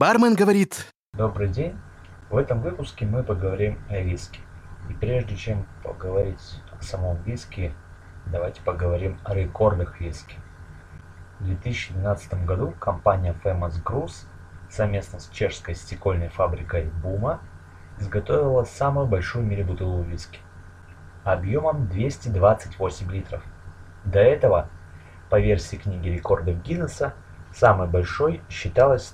Бармен говорит: Добрый день! В этом выпуске мы поговорим о виске. И прежде чем поговорить о самом виске, давайте поговорим о рекордах виски. В 2012 году компания Famous Grouse совместно с чешской стекольной фабрикой Buma изготовила самую большую в мире бутылку виски объемом 228 литров. До этого, по версии книги рекордов Гиннесса, самой большой считалась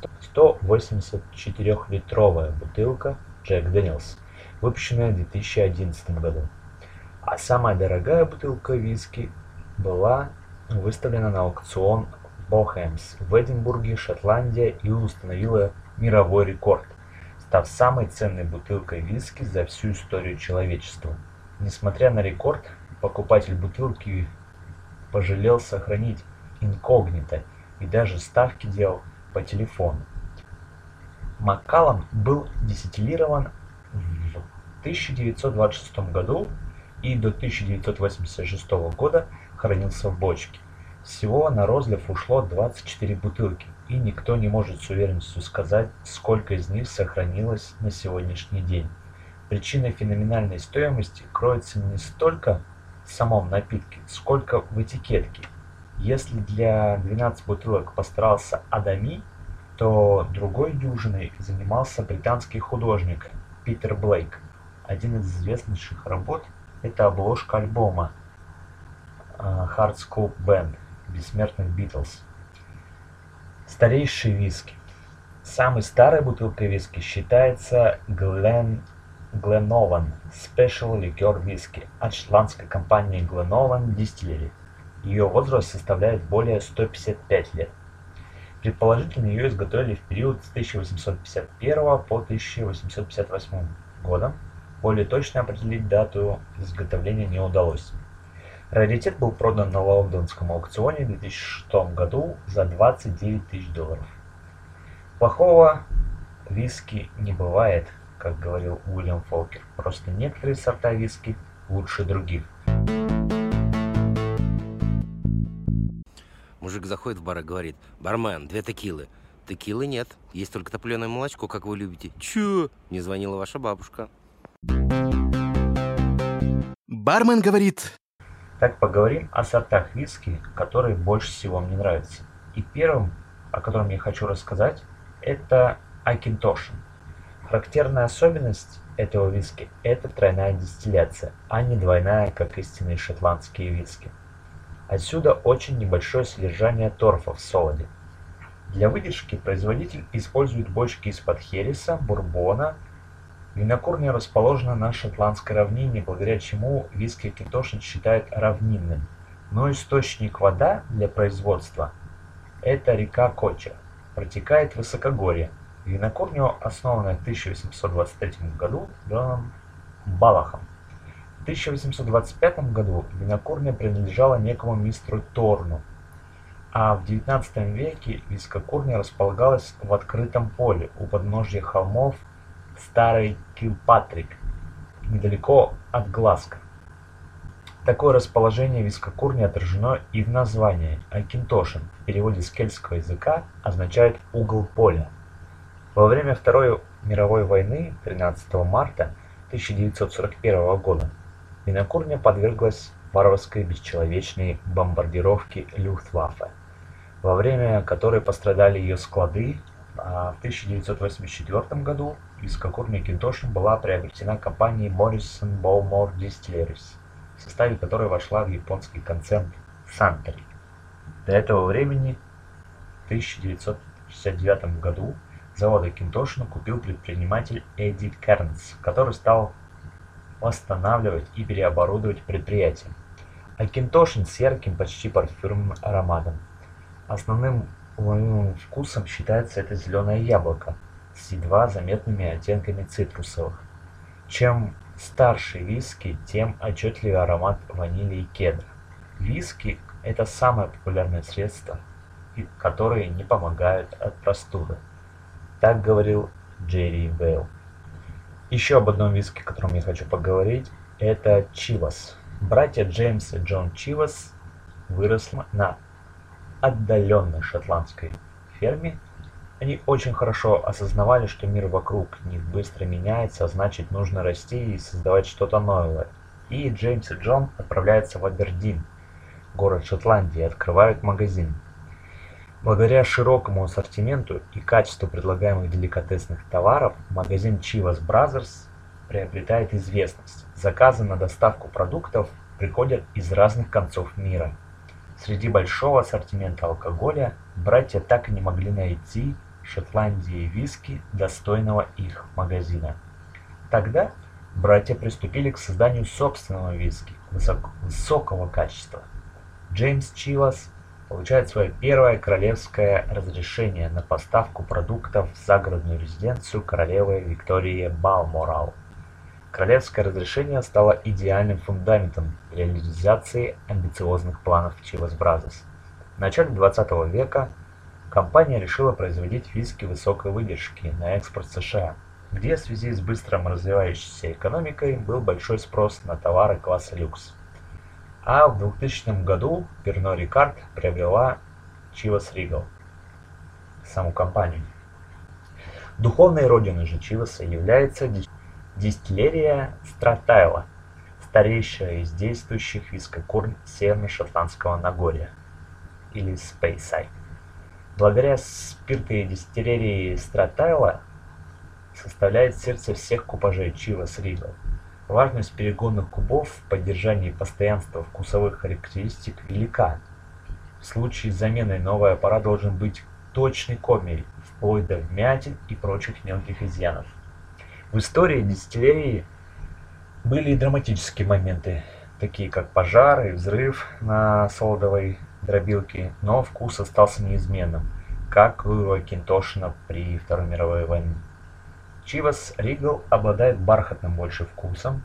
184-литровая бутылка Jack Daniel's, выпущенная в 2011 году. А самая дорогая бутылка виски была выставлена на аукцион Bohems в Эдинбурге, Шотландия, и установила мировой рекорд, став самой ценной бутылкой виски за всю историю человечества. Несмотря на рекорд, покупатель бутылки пожалел сохранить инкогнито и даже ставки делал по телефону. Маккаллан был дистиллирован в 1926 году и до 1986 года хранился в бочке. Всего на розлив ушло 24 бутылки, и никто не может с уверенностью сказать, сколько из них сохранилось на сегодняшний день. Причина феноменальной стоимости кроется не столько в самом напитке, сколько в этикетке. Если для 12 бутылок постарался Адами, то другой дюжиной занимался британский художник Питер Блейк. Один из известнейших работ – это обложка альбома Hard Scope Band бессмертных Битлз. Старейшие виски. Самой старой бутылкой виски считается Glenavon Special Liqueur Whisky от шотландской компании Glenavon Distillery. Ее возраст составляет более 155 лет. Предположительно, ее изготовили в период с 1851 по 1858 годам. Более точно определить дату изготовления не удалось. Раритет был продан на лондонском аукционе в 2006 году за $29 тысяч. Плохого виски не бывает, как говорил Уильям Фолкер. Просто некоторые сорта виски лучше других. Мужик заходит в бар и говорит: бармен, 2 текилы. Текилы нет, есть только топленое молочко, как вы любите. Чё? Мне звонила ваша бабушка. Бармен говорит: Так, поговорим о сортах виски, которые больше всего мне нравятся. И первым, о котором я хочу рассказать, это Акинтошен. Характерная особенность этого виски – это тройная дистилляция, а не двойная, как истинные шотландские виски. Отсюда очень небольшое содержание торфа в солоде. Для выдержки производитель использует бочки из-под хереса, бурбона. Винокурня расположена на шотландской равнине, благодаря чему виски Акинтошен считают равнинным. Но источник вода для производства – это река Коча, протекает в высокогорье. Винокурня, основанная в 1823 году Джоном Баллахом. В 1825 году винокурня принадлежала некому мистеру Торну, а в XIX веке вискокурня располагалась в открытом поле у подножья холмов Старый Килпатрик, недалеко от Глазго. Такое расположение вискокурни отражено и в названии. Акинтошен в переводе с кельтского языка означает «угол поля». Во время Второй мировой войны 13 марта 1941 года винокурня подверглась варварской бесчеловечной бомбардировке Люфтваффе, во время которой пострадали ее склады. В 1984 году вискокурня Акинтошен была приобретена компанией Morrison Bowmore Distilleries, в составе которой вошла в японский концерн Suntory. До этого времени, в 1969 году, завод Акинтошена купил предприниматель Эдди Кернс, который стал восстанавливать и переоборудовать предприятие. Акинтошен с ярким, почти парфюмерным ароматом. Основным уловимым вкусом считается это зеленое яблоко с едва заметными оттенками цитрусовых. Чем старше виски, тем отчетливее аромат ванили и кедра. Виски – это самое популярное средство, которые не помогают от простуды. Так говорил Джерри Вейл. Еще об одном виске, о котором я хочу поговорить, это Чивас. Братья Джеймс и Джон Чивас выросли на отдаленной шотландской ферме Они очень хорошо осознавали, что мир вокруг них быстро меняется, а значит нужно расти и создавать что-то новое. И Джеймс и Джон отправляются в Абердин, город Шотландии, и открывают магазин. Благодаря широкому ассортименту и качеству предлагаемых деликатесных товаров, магазин Chivas Brothers приобретает известность. Заказы на доставку продуктов приходят из разных концов мира. Среди большого ассортимента алкоголя братья так и не могли найти в Шотландии виски, достойного их магазина. Тогда братья приступили к созданию собственного виски высокого качества. Джеймс Чивас получает свое первое королевское разрешение на поставку продуктов в загородную резиденцию королевы Виктории Балморал. Королевское разрешение стало идеальным фундаментом реализации амбициозных планов Chivas Brothers. В начале 20 века компания решила производить виски высокой выдержки на экспорт в США, где в связи с быстро развивающейся экономикой был большой спрос на товары класса люкс. А в 2000 году Pernod Ricard приобрела Chivas Regal, саму компанию. Духовной родиной же Чиваса является дистиллерия Стратайла, старейшая из действующих вискокурн Северно-Шотландского Нагорья, или Speyside. Благодаря спирты дистиллерии Стратайла составляет сердце всех купажей Chivas Regal. Важность перегонных кубов в поддержании постоянства вкусовых характеристик велика. В случае замены новый аппарат должен быть точной копией, вплоть до вмятин и прочих мелких изъянов. В истории дистиллерии были и драматические моменты, такие как пожар и взрыв на солодовой дробилке, но вкус остался неизменным, как у Макинтошена при Второй мировой войне. Chivas Regal обладает бархатным больше вкусом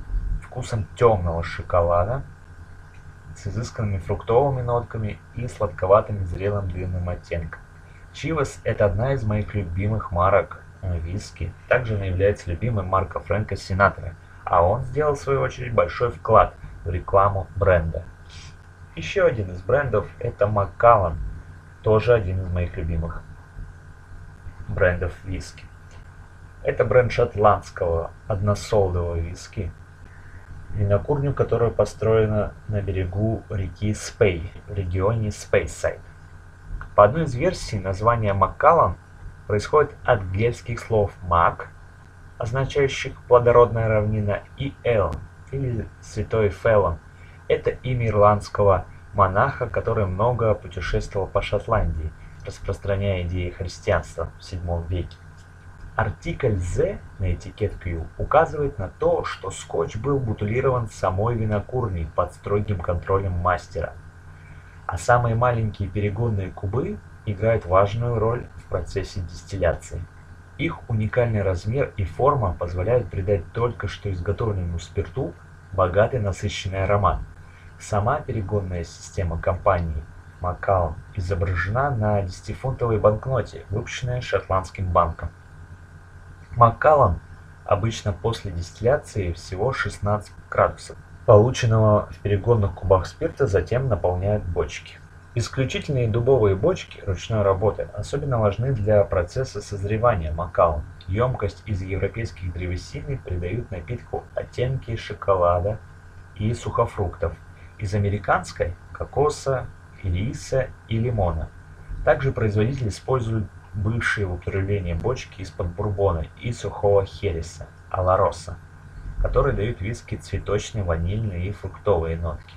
темного шоколада с изысканными фруктовыми нотками и сладковатым зрелым длинным оттенком. Chivas – это одна из моих любимых марок виски. Также она является любимой маркой Фрэнка Синатра, а он сделал в свою очередь большой вклад в рекламу бренда. Еще один из брендов – это Macallan, тоже один из моих любимых брендов виски. Это бренд шотландского односолодового виски, винокурню, которая построена на берегу реки Спей в регионе Speyside. По одной из версий, название Macallan происходит от гельских слов «мак», означающих «плодородная равнина», и «эллен» или «святой Феллон». Это имя ирландского монаха, который много путешествовал по Шотландии, распространяя идеи христианства в VII веке. Артикль «З» на этикетке указывает на то, что скотч был бутилирован самой винокурней под строгим контролем мастера, а самые маленькие перегонные кубы играют важную роль в процессе дистилляции. Их уникальный размер и форма позволяют придать только что изготовленному спирту богатый насыщенный аромат. Сама перегонная система компании Macallan изображена на 10-фунтовой банкноте, выпущенной шотландским банком. Macallan обычно после дистилляции всего 16 градусов, полученного в перегонных кубах спирта, затем наполняют бочки. Исключительные дубовые бочки ручной работы особенно важны для процесса созревания Macallan. Емкость из европейских древесины придают напитку оттенки шоколада и сухофруктов, из американской – кокоса, ириса и лимона. Также производитель использует бывшие в употреблении бочки из-под бурбона и сухого хереса Олороса, которые дают виски цветочные, ванильные и фруктовые нотки.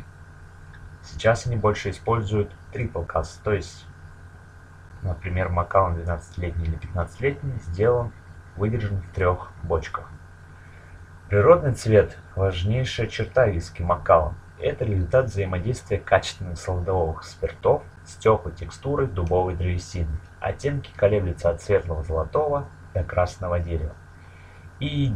Сейчас они больше используют трипл каст, то есть, например, Macallan 12-летний или 15-летний выдержан в 3 бочках. Природный цвет – важнейшая черта виски Macallan. Это результат взаимодействия качественных солодовых спиртов с теплой текстурой дубовой древесины. Оттенки колеблются от светлого золотого до красного дерева. И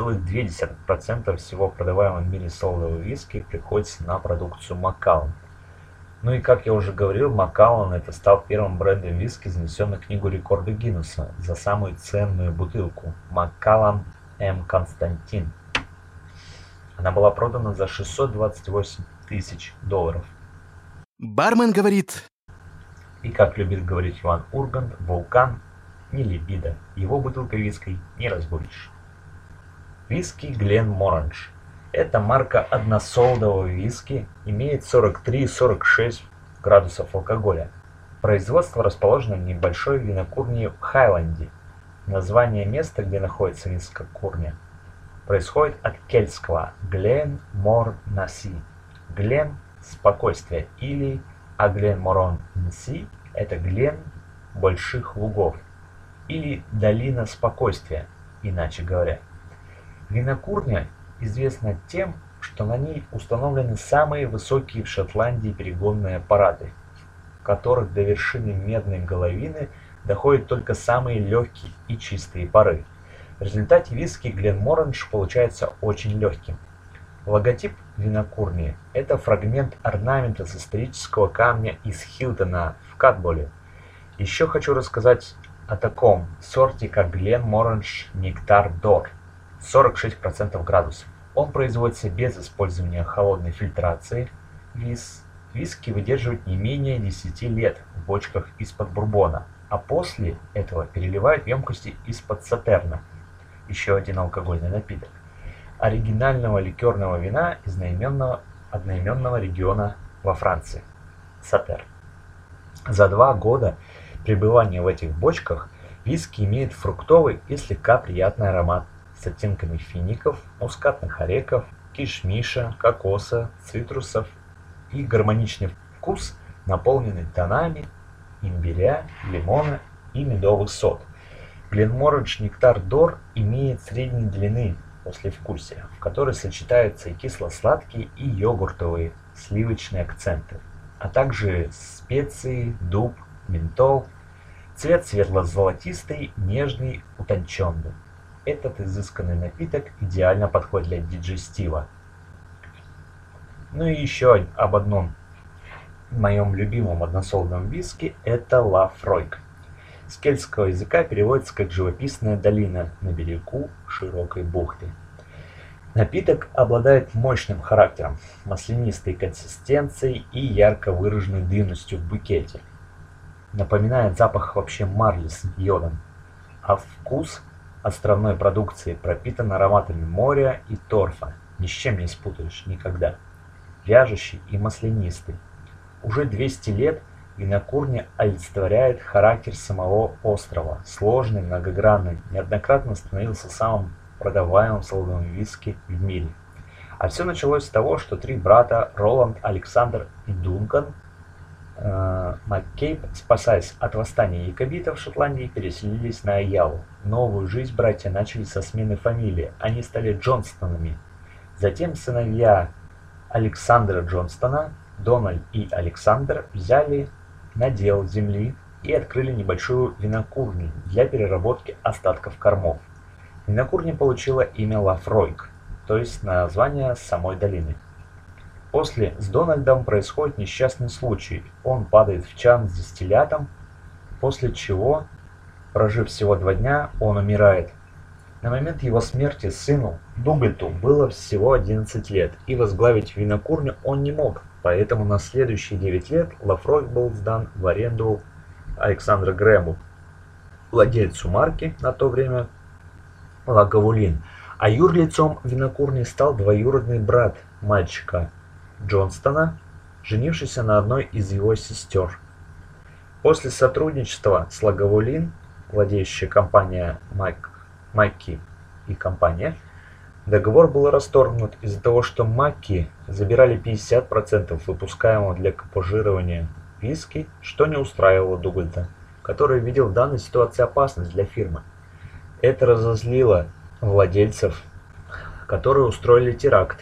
9,2% всего продаваемого в мире солодового виски приходится на продукцию Macallan. Ну и как я уже говорил, Macallan это стал первым брендом виски, занесенным в книгу рекорда Гиннесса за самую ценную бутылку Macallan M. Константин. Она была продана за $628 тысяч. Бармен говорит. И как любит говорить Иван Ургант, вулкан ни либидо. Его бутылкой виски не разбудишь. Виски Glenmorangie. Это марка односолодового виски, имеет 43-46 градусов алкоголя. Производство расположено в небольшой винокурне в Хайленде. Название места, где находится винокурня, происходит от кельтского Glenmorangie. Глен – спокойствие, или Glenmorangie – это Глен больших лугов, или долина спокойствия, иначе говоря. Винокурня известна тем, что на ней установлены самые высокие в Шотландии перегонные аппараты, в которых до вершины медной головины доходят только самые легкие и чистые пары. В результате виски Glenmorangie получается очень легким. Логотип винокурни – это фрагмент орнамента с исторического камня из Хилтона в Катболе. Еще хочу рассказать о таком сорте, как Glenmorangie Nectar d'Or, 46% градусов. Он производится без использования холодной фильтрации. Виски выдерживают не менее 10 лет в бочках из-под бурбона, а после этого переливают в емкости из-под сатерна, еще один алкогольный напиток, оригинального ликерного вина из одноименного региона во Франции – Сатер. За 2 года пребывания в этих бочках виски имеет фруктовый и слегка приятный аромат с оттенками фиников, мускатных орехов, кишмиша, кокоса, цитрусов и гармоничный вкус, наполненный тонами имбиря, лимона и медовый сот. Glenmorangie Nectar d'Or имеет средней длины послевкусия, в которой сочетаются и кисло-сладкие, и йогуртовые сливочные акценты, а также специи, дуб, ментол. Цвет светло-золотистый, нежный, утонченный. Этот изысканный напиток идеально подходит для диджестива. Ну и еще об одном моем любимом односолодовом виски – это Laphroaig. С кельтского языка переводится как «живописная долина на берегу широкой бухты». Напиток обладает мощным характером, маслянистой консистенцией и ярко выраженной дымностью в букете. Напоминает запах вообще марли с йодом, а вкус островной продукции пропитан ароматами моря и торфа, ни с чем не спутаешь никогда. Вяжущий и маслянистый. Уже 200 лет винокурня олицетворяет характер самого острова, сложный, многогранный, неоднократно становился самым продаваемым солодовым виски в мире. А все началось с того, что 3 брата Роланд, Александр и Дункан Маккейб, спасаясь от восстания якобитов в Шотландии, переселились на Айяву. Новую жизнь братья начали со смены фамилии, они стали Джонстонами. Затем сыновья Александра Джонстона, Дональд и Александр, взяли надел земли и открыли небольшую винокурню для переработки остатков кормов. Винокурня получила имя Laphroaig, то есть название самой долины. После с Дональдом происходит несчастный случай. Он падает в чан с дистиллятом, после чего, прожив всего 2 дня, он умирает. На момент его смерти сыну Дугальту было всего 11 лет, и возглавить винокурню он не мог, поэтому на следующие 9 лет Laphroaig был сдан в аренду Александру Грэму, владельцу марки на то время Лагавулин, а юрлицом винокурни стал двоюродный брат мальчика Джонстона, женившийся на одной из его сестер. После сотрудничества с Лагавулин, владеющая компания Макки и компания, договор был расторгнут из-за того, что Макки забирали 50% выпускаемого для купажирования виски, что не устраивало Дугальта, который видел в данной ситуации опасность для фирмы. Это разозлило владельцев, которые устроили теракт,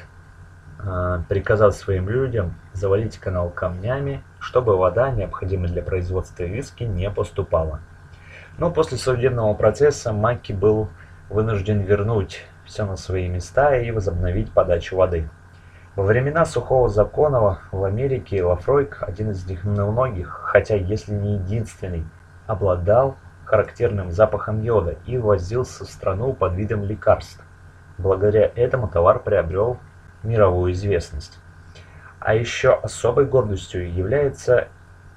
приказав своим людям завалить канал камнями, чтобы вода, необходимая для производства виски, не поступала. Но после судебного процесса Макки был вынужден вернуть все на свои места и возобновить подачу воды. Во времена сухого закона в Америке Laphroaig, один из немногих, хотя если не единственный, обладал характерным запахом йода и ввозился в страну под видом лекарств. Благодаря этому товар приобрел мировую известность. А еще особой гордостью является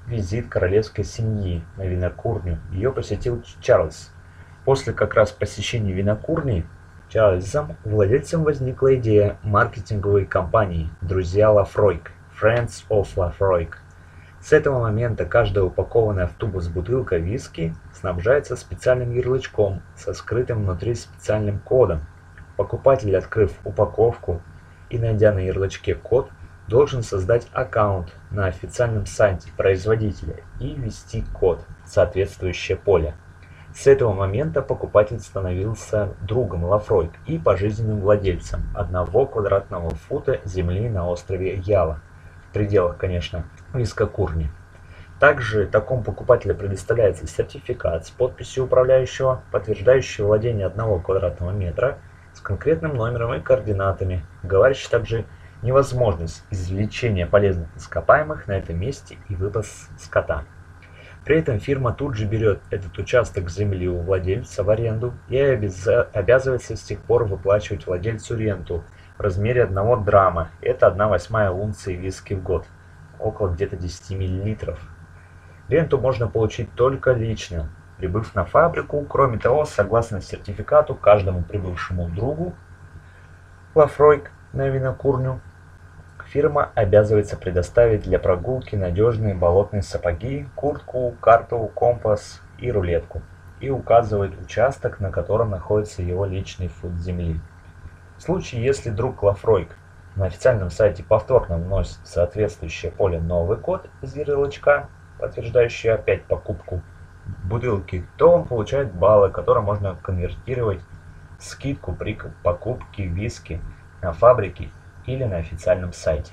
визит королевской семьи на винокурню. Ее посетил Чарльз. После как раз посещения винокурни Чарльзом владельцем возникла идея маркетинговой кампании «Друзья Лафройк» (Friends of Lafroig). С этого момента каждая упакованная в тубус бутылка виски снабжается специальным ярлычком со скрытым внутри специальным кодом. Покупатель, открыв упаковку и найдя на ярлычке код, должен создать аккаунт на официальном сайте производителя и ввести код в соответствующее поле. С этого момента покупатель становился другом Лафройк и пожизненным владельцем 1 квадратного фута земли на острове Яла, в пределах, конечно, вискокурни. Также такому покупателю предоставляется сертификат с подписью управляющего, подтверждающий владение 1 квадратного метра с конкретным номером и координатами, говорящий также невозможность извлечения полезных ископаемых на этом месте и выпас скота. При этом фирма тут же берет этот участок земли у владельца в аренду и обязывается с тех пор выплачивать владельцу ренту в размере 1 драма, это 1/8 унции виски в год, около где-то 10 мл. Ренту можно получить только лично, прибыв на фабрику. Кроме того, согласно сертификату, каждому прибывшему другу Лафройк на винокурню фирма обязывается предоставить для прогулки надежные болотные сапоги, куртку, карту, компас и рулетку, и указывает участок, на котором находится его личный фут земли. В случае, если друг Лафройк на официальном сайте повторно вносит в соответствующее поле новый код из ярлычка, подтверждающий опять покупку бутылки, то он получает баллы, которые можно конвертировать в скидку при покупке виски на фабрике или на официальном сайте.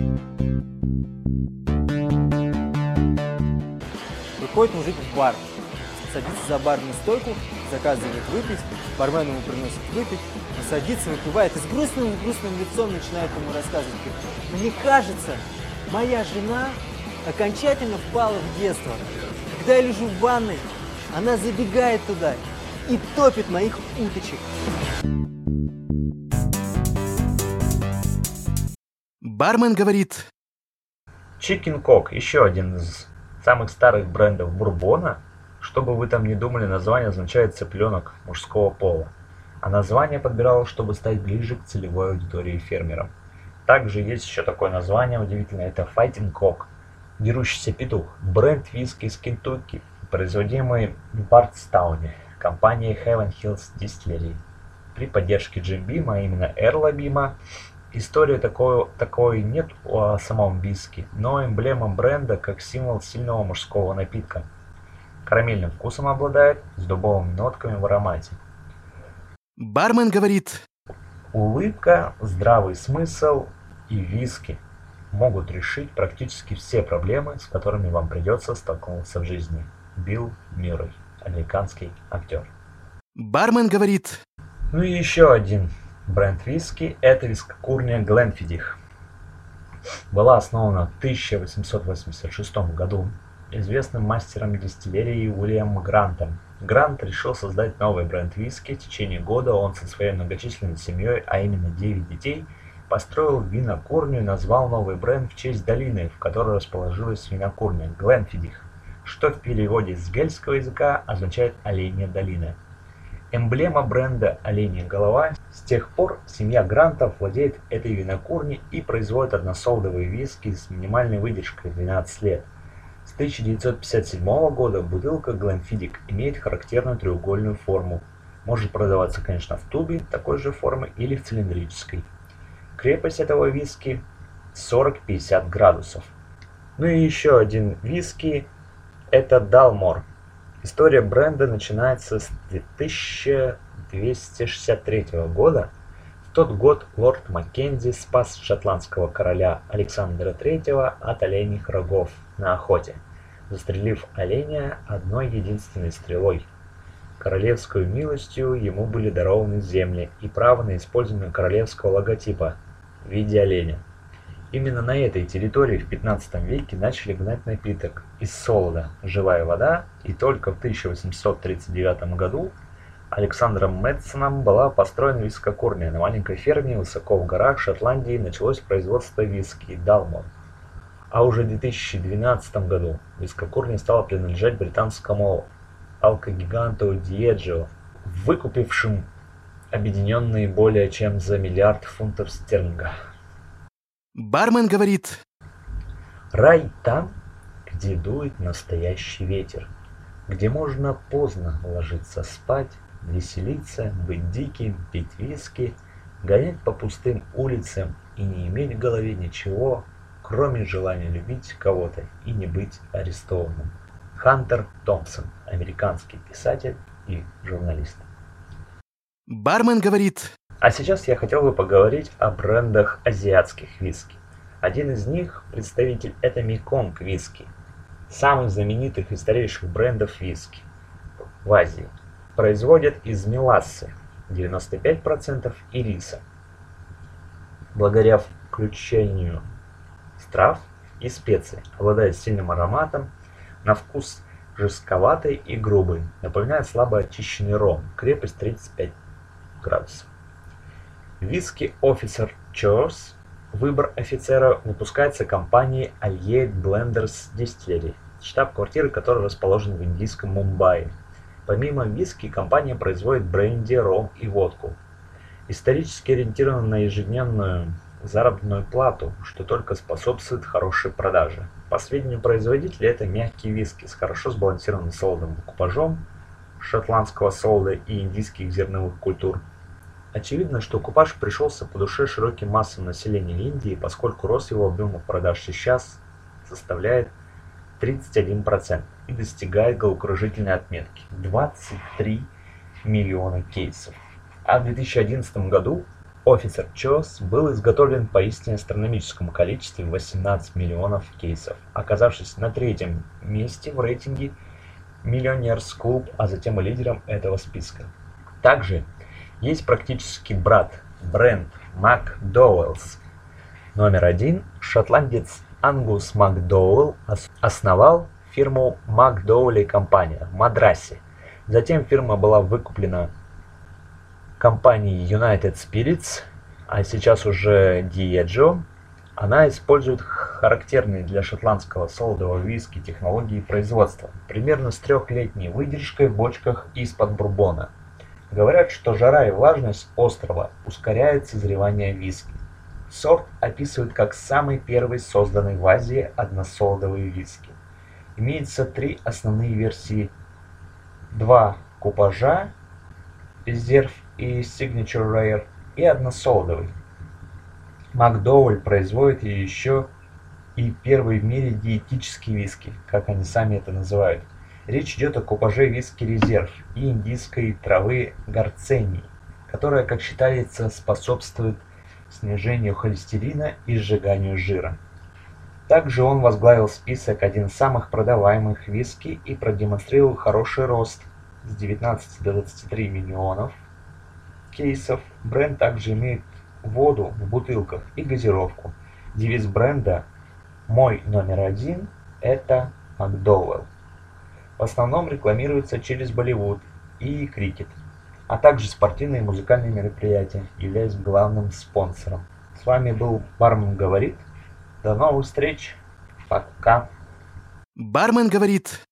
Приходит мужик в бар, садится за барную стойку, заказывает выпить, бармен ему приносит выпить, он садится, выпивает и с грустным лицом начинает ему рассказывать. Говорит: мне кажется, моя жена окончательно впала в детство. Когда я лежу в ванной, она забегает туда и топит моих уточек. Бармен говорит: Chicken Cock – еще один из самых старых брендов бурбона. Что бы вы там ни думали, название означает «цыпленок мужского пола». А название подбиралось, чтобы стать ближе к целевой аудитории фермерам. Также есть еще такое название удивительное – это Fighting Cock – дерущийся петух. Бренд виски из Кентукки, производимый в Бардстауне компанией Heaven Hills Distillery при поддержке Джим Бима, а именно Эрла Бима. Истории такой нет о самом виски, но эмблема бренда как символ сильного мужского напитка. Карамельным вкусом обладает, с дубовыми нотками в аромате. Бармен говорит: Улыбка, здравый смысл и виски могут решить практически все проблемы, с которыми вам придется столкнуться в жизни. Билл Мюррей, американский актер. Бармен говорит: Ну и еще один бренд виски – это вискокурня Гленфиддих. Была основана в 1886 году известным мастером дистиллерии Уильямом Грантом. Грант решил создать новый бренд виски. В течение года он со своей многочисленной семьей, а именно 9 детей, построил винокурню и назвал новый бренд в честь долины, в которой расположилась винокурня – Гленфиддих, что в переводе с гельского языка означает «оленья долина». Эмблема бренда «Оленья голова». С тех пор семья Грантов владеет этой винокурней и производит односолодовые виски с минимальной выдержкой 12 лет. С 1957 года бутылка Glenfiddich имеет характерную треугольную форму. Может продаваться, конечно, в тубе такой же формы или в цилиндрической. Крепость этого виски 40-50 градусов. Ну и еще один виски – это Dalmore. История бренда начинается с 1263 года. В тот год лорд Маккензи спас шотландского короля Александра III от оленьих рогов на охоте, застрелив оленя одной единственной стрелой. Королевскую милостью ему были дарованы земли и право на использование королевского логотипа в виде оленя. Именно на этой территории в 15 веке начали гнать напиток из солода «Живая вода», и только в 1839 году Александром Мэтсоном была построена вискокурня. На маленькой ферме высоко в горах Шотландии началось производство виски Dalmore. А уже в 2012 году вискокурня стала принадлежать британскому алкогиганту Diageo, выкупившим объединенные более чем за миллиард фунтов стерлинга. Бармен говорит. Рай там, где дует настоящий ветер, где можно поздно ложиться спать, веселиться, быть диким, пить виски, гонять по пустым улицам и не иметь в голове ничего, кроме желания любить кого-то и не быть арестованным. Хантер Томпсон, американский писатель и журналист. Бармен говорит. А сейчас я хотел бы поговорить о брендах азиатских виски. Один из них, представитель, это Меконг виски, самых знаменитых и старейших брендов виски в Азии. Производят из мелассы 95% и риса. Благодаря включению трав и специй, обладает сильным ароматом, на вкус жестковатый и грубый, напоминает слабо очищенный ром, крепость 35 градусов. Виски Officer Choice, выбор офицера, выпускается компанией Allied Blenders Distillery, штаб-квартира которой расположена в индийском Мумбаи. Помимо виски, компания производит бренди, ром и водку. Исторически ориентирована на ежедневную заработную плату, что только способствует хорошей продаже. По сведению производителя, это мягкие виски с хорошо сбалансированным солодовым купажом шотландского солода и индийских зерновых культур. Очевидно, что купаж пришелся по душе широким массам населения Индии, поскольку рост его объемов продаж сейчас составляет 31% и достигает головокружительной отметки – 23 миллиона кейсов. А в 2011 году Officer Choice был изготовлен в поистине астрономическом количестве 18 миллионов кейсов, оказавшись на третьем месте в рейтинге Millionaires Club, а затем и лидером этого списка. Также есть практически брат, бренд McDowell's. Номер один, шотландец Ангус Макдоуэлл основал фирму Макдоуэлл компания в Мадрасе. Затем фирма была выкуплена компанией United Spirits, а сейчас уже Diageo. Она использует характерные для шотландского солодового виски технологии производства, примерно с 3-летней выдержкой в бочках из-под бурбона. Говорят, что жара и влажность острова ускоряют созревание виски. Сорт описывают как самый первый созданный в Азии односолодовый виски. Имеется 3 основные версии: 2 купажа, резерв и Signature Rare, и односолодовый. Макдоуэлл производит еще и первый в мире диетический виски, как они сами это называют. Речь идет о купаже виски резерв и индийской травы горцении, которая, как считается, способствует снижению холестерина и сжиганию жира. Также он возглавил список один из самых продаваемых виски и продемонстрировал хороший рост с 19 до 23 миллионов кейсов. Бренд также имеет воду в бутылках и газировку. Девиз бренда «Мой номер один» – это Макдоуэлл. В основном рекламируется через Болливуд и крикет, а также спортивные и музыкальные мероприятия, являясь главным спонсором. С вами был Бармен говорит. До новых встреч. Пока. Бармен говорит.